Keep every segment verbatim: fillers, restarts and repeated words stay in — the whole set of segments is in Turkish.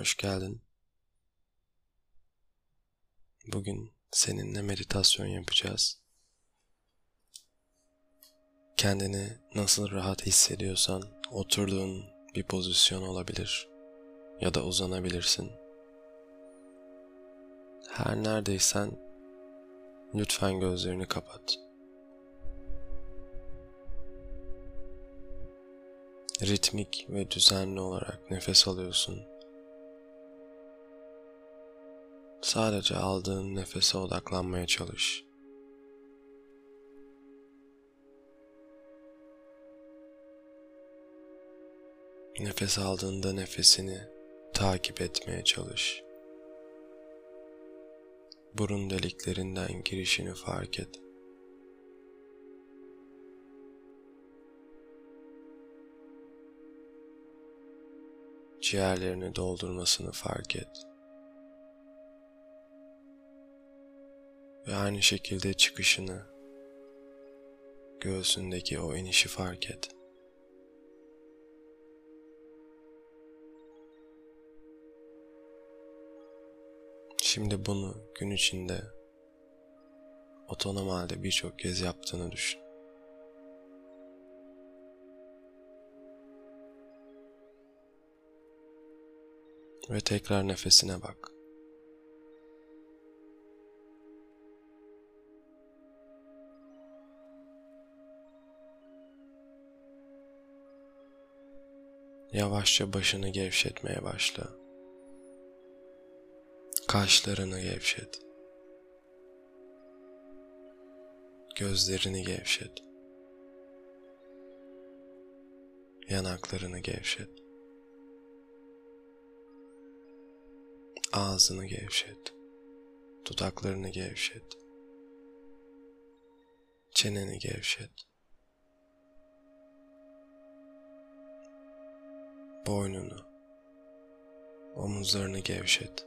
hoş geldin. Bugün seninle meditasyon yapacağız. Kendini nasıl rahat hissediyorsan oturduğun bir pozisyon olabilir ya da uzanabilirsin. Her neredeysen lütfen gözlerini kapat. Ritmik ve düzenli olarak nefes alıyorsun. Sadece aldığın nefese odaklanmaya çalış. Nefes aldığında nefesini takip etmeye çalış. Burun deliklerinden girişini fark et. Ciğerlerini doldurmasını fark et. Ve aynı şekilde çıkışını, göğsündeki o inişi fark et. Şimdi bunu gün içinde otonom halde birçok kez yaptığını düşün. Ve tekrar nefesine bak. Yavaşça başını gevşetmeye başla. Kaşlarını gevşet. Gözlerini gevşet. Yanaklarını gevşet. Ağzını gevşet. Dudaklarını gevşet. Çeneni gevşet. Boynunu, omuzlarını gevşet.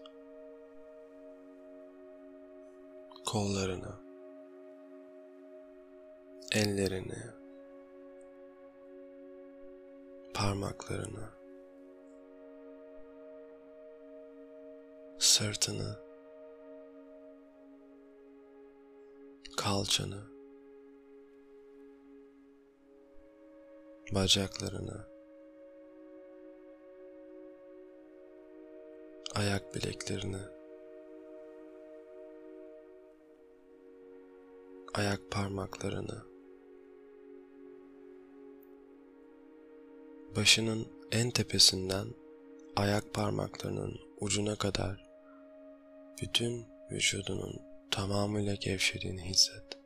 Kollarını, ellerini, parmaklarını, sırtını, kalçanı, bacaklarını, ayak bileklerini, ayak parmaklarını, başının en tepesinden ayak parmaklarının ucuna kadar bütün vücudunun tamamıyla gevşediğini hisset.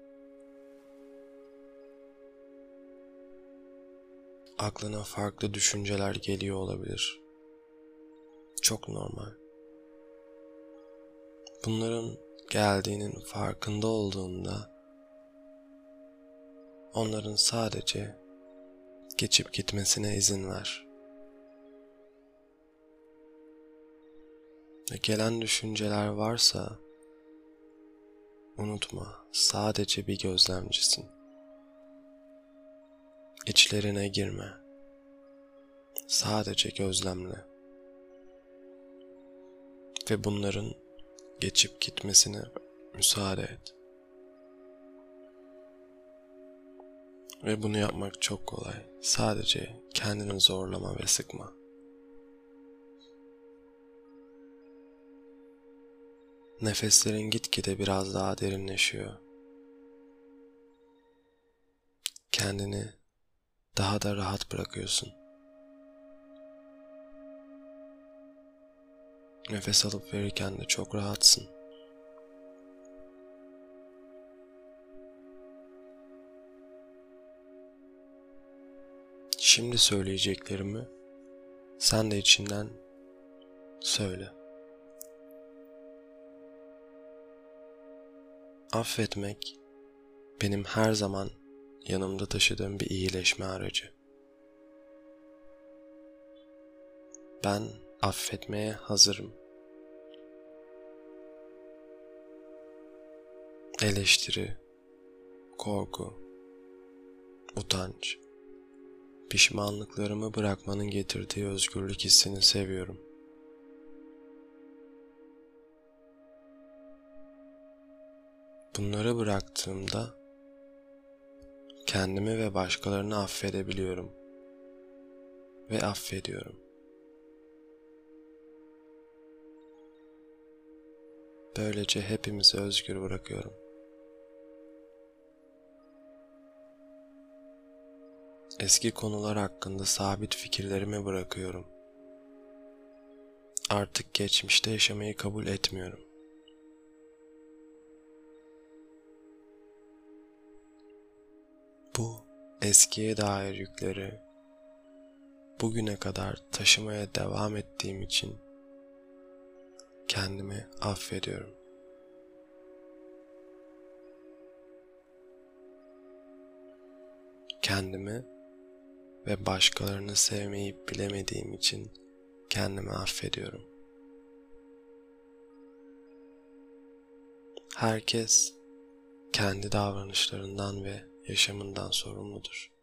Aklına farklı düşünceler geliyor olabilir. Çok normal. Bunların geldiğinin farkında olduğunda onların sadece geçip gitmesine izin ver. Ve gelen düşünceler varsa unutma, sadece bir gözlemcisin. İçlerine girme. Sadece gözlemle. Ve bunların geçip gitmesine müsaade et. Ve bunu yapmak çok kolay. Sadece kendini zorlama ve sıkma. Nefeslerin gitgide biraz daha derinleşiyor. Kendini daha da rahat bırakıyorsun. Nefes alıp verirken de çok rahatsın. Şimdi söyleyeceklerimi sen de içinden söyle. Affetmek benim her zaman yanımda taşıdığım bir iyileşme aracı. Ben affetmeye hazırım. Eleştiri, korku, utanç, pişmanlıklarımı bırakmanın getirdiği özgürlük hissini seviyorum. Bunları bıraktığımda kendimi ve başkalarını affedebiliyorum ve affediyorum. Böylece hepimizi özgür bırakıyorum. Eski konular hakkında sabit fikirlerimi bırakıyorum. Artık geçmişte yaşamayı kabul etmiyorum. Bu eskiye dair yükleri bugüne kadar taşımaya devam ettiğim için kendimi affediyorum. Kendimi ve başkalarını sevmeyi bilemediğim için kendimi affediyorum. Herkes kendi davranışlarından ve yaşamından sorumludur.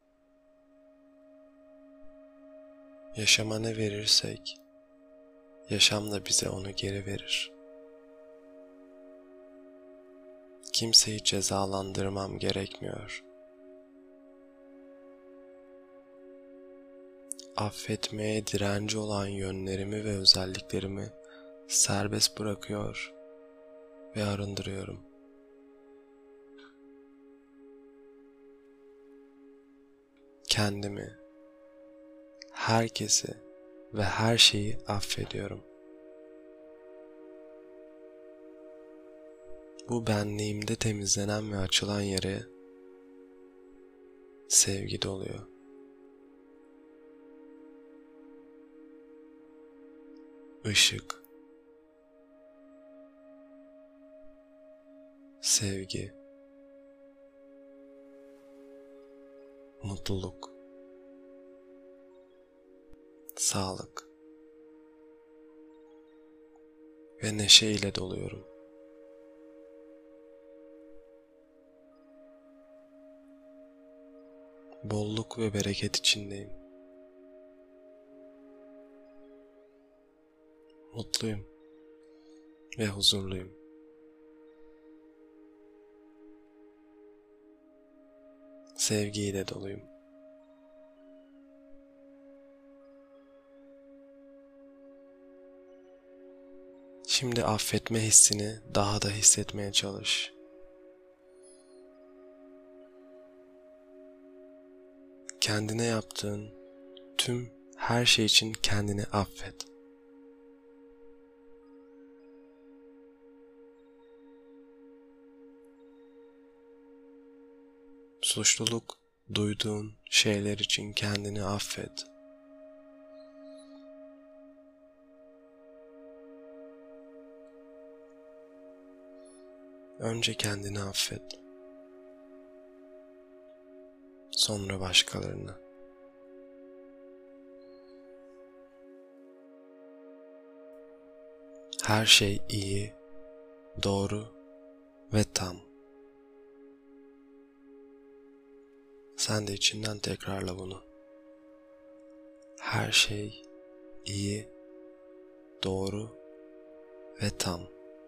Yaşama ne verirsek, yaşam da bize onu geri verir. Kimseyi cezalandırmam gerekmiyor. Affetmeye direnci olan yönlerimi ve özelliklerimi serbest bırakıyor ve arındırıyorum. Kendimi, herkesi ve her şeyi affediyorum. Bu benliğimde temizlenen ve açılan yere sevgi doluyor. Işık, sevgi, mutluluk, sağlık ve neşe ile doluyorum. Bolluk ve bereket içindeyim. Mutluyum ve huzurluyum. Sevgiyle doluyum. Şimdi affetme hissini daha da hissetmeye çalış. Kendine yaptığın tüm her şey için kendini affet. Suçluluk duyduğun şeyler için kendini affet. Önce kendini affet. Sonra başkalarını. Her şey iyi, doğru ve tam. Sen de içinden tekrarla bunu. Her şey iyi, doğru ve tam.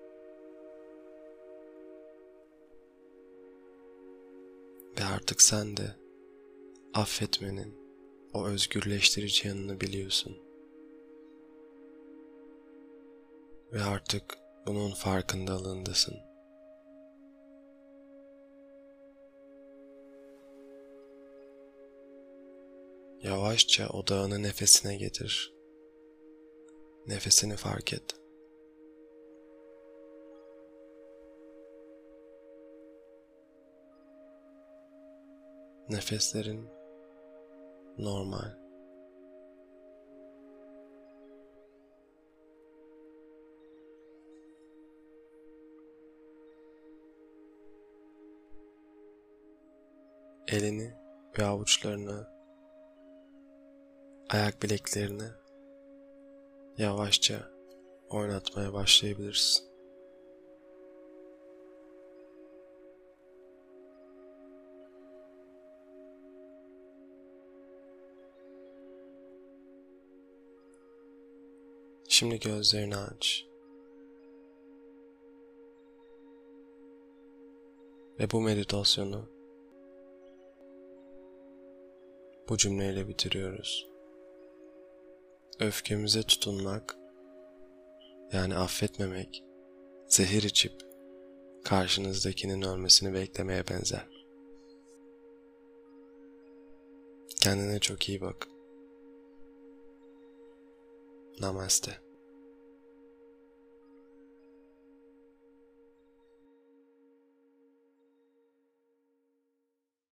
Ve artık sen de affetmenin o özgürleştirici yanını biliyorsun. Ve artık bunun farkındalığındasın. Yavaşça odağını nefesine getir. Nefesini fark et. Nefeslerin normal. Elini ve avuçlarını, ayak bileklerini yavaşça oynatmaya başlayabilirsin. Şimdi gözlerini aç. Ve bu meditasyonu bu cümleyle bitiriyoruz. Öfkemize tutunmak, yani affetmemek, zehir içip karşınızdakinin ölmesini beklemeye benzer. Kendine çok iyi bak. Namaste.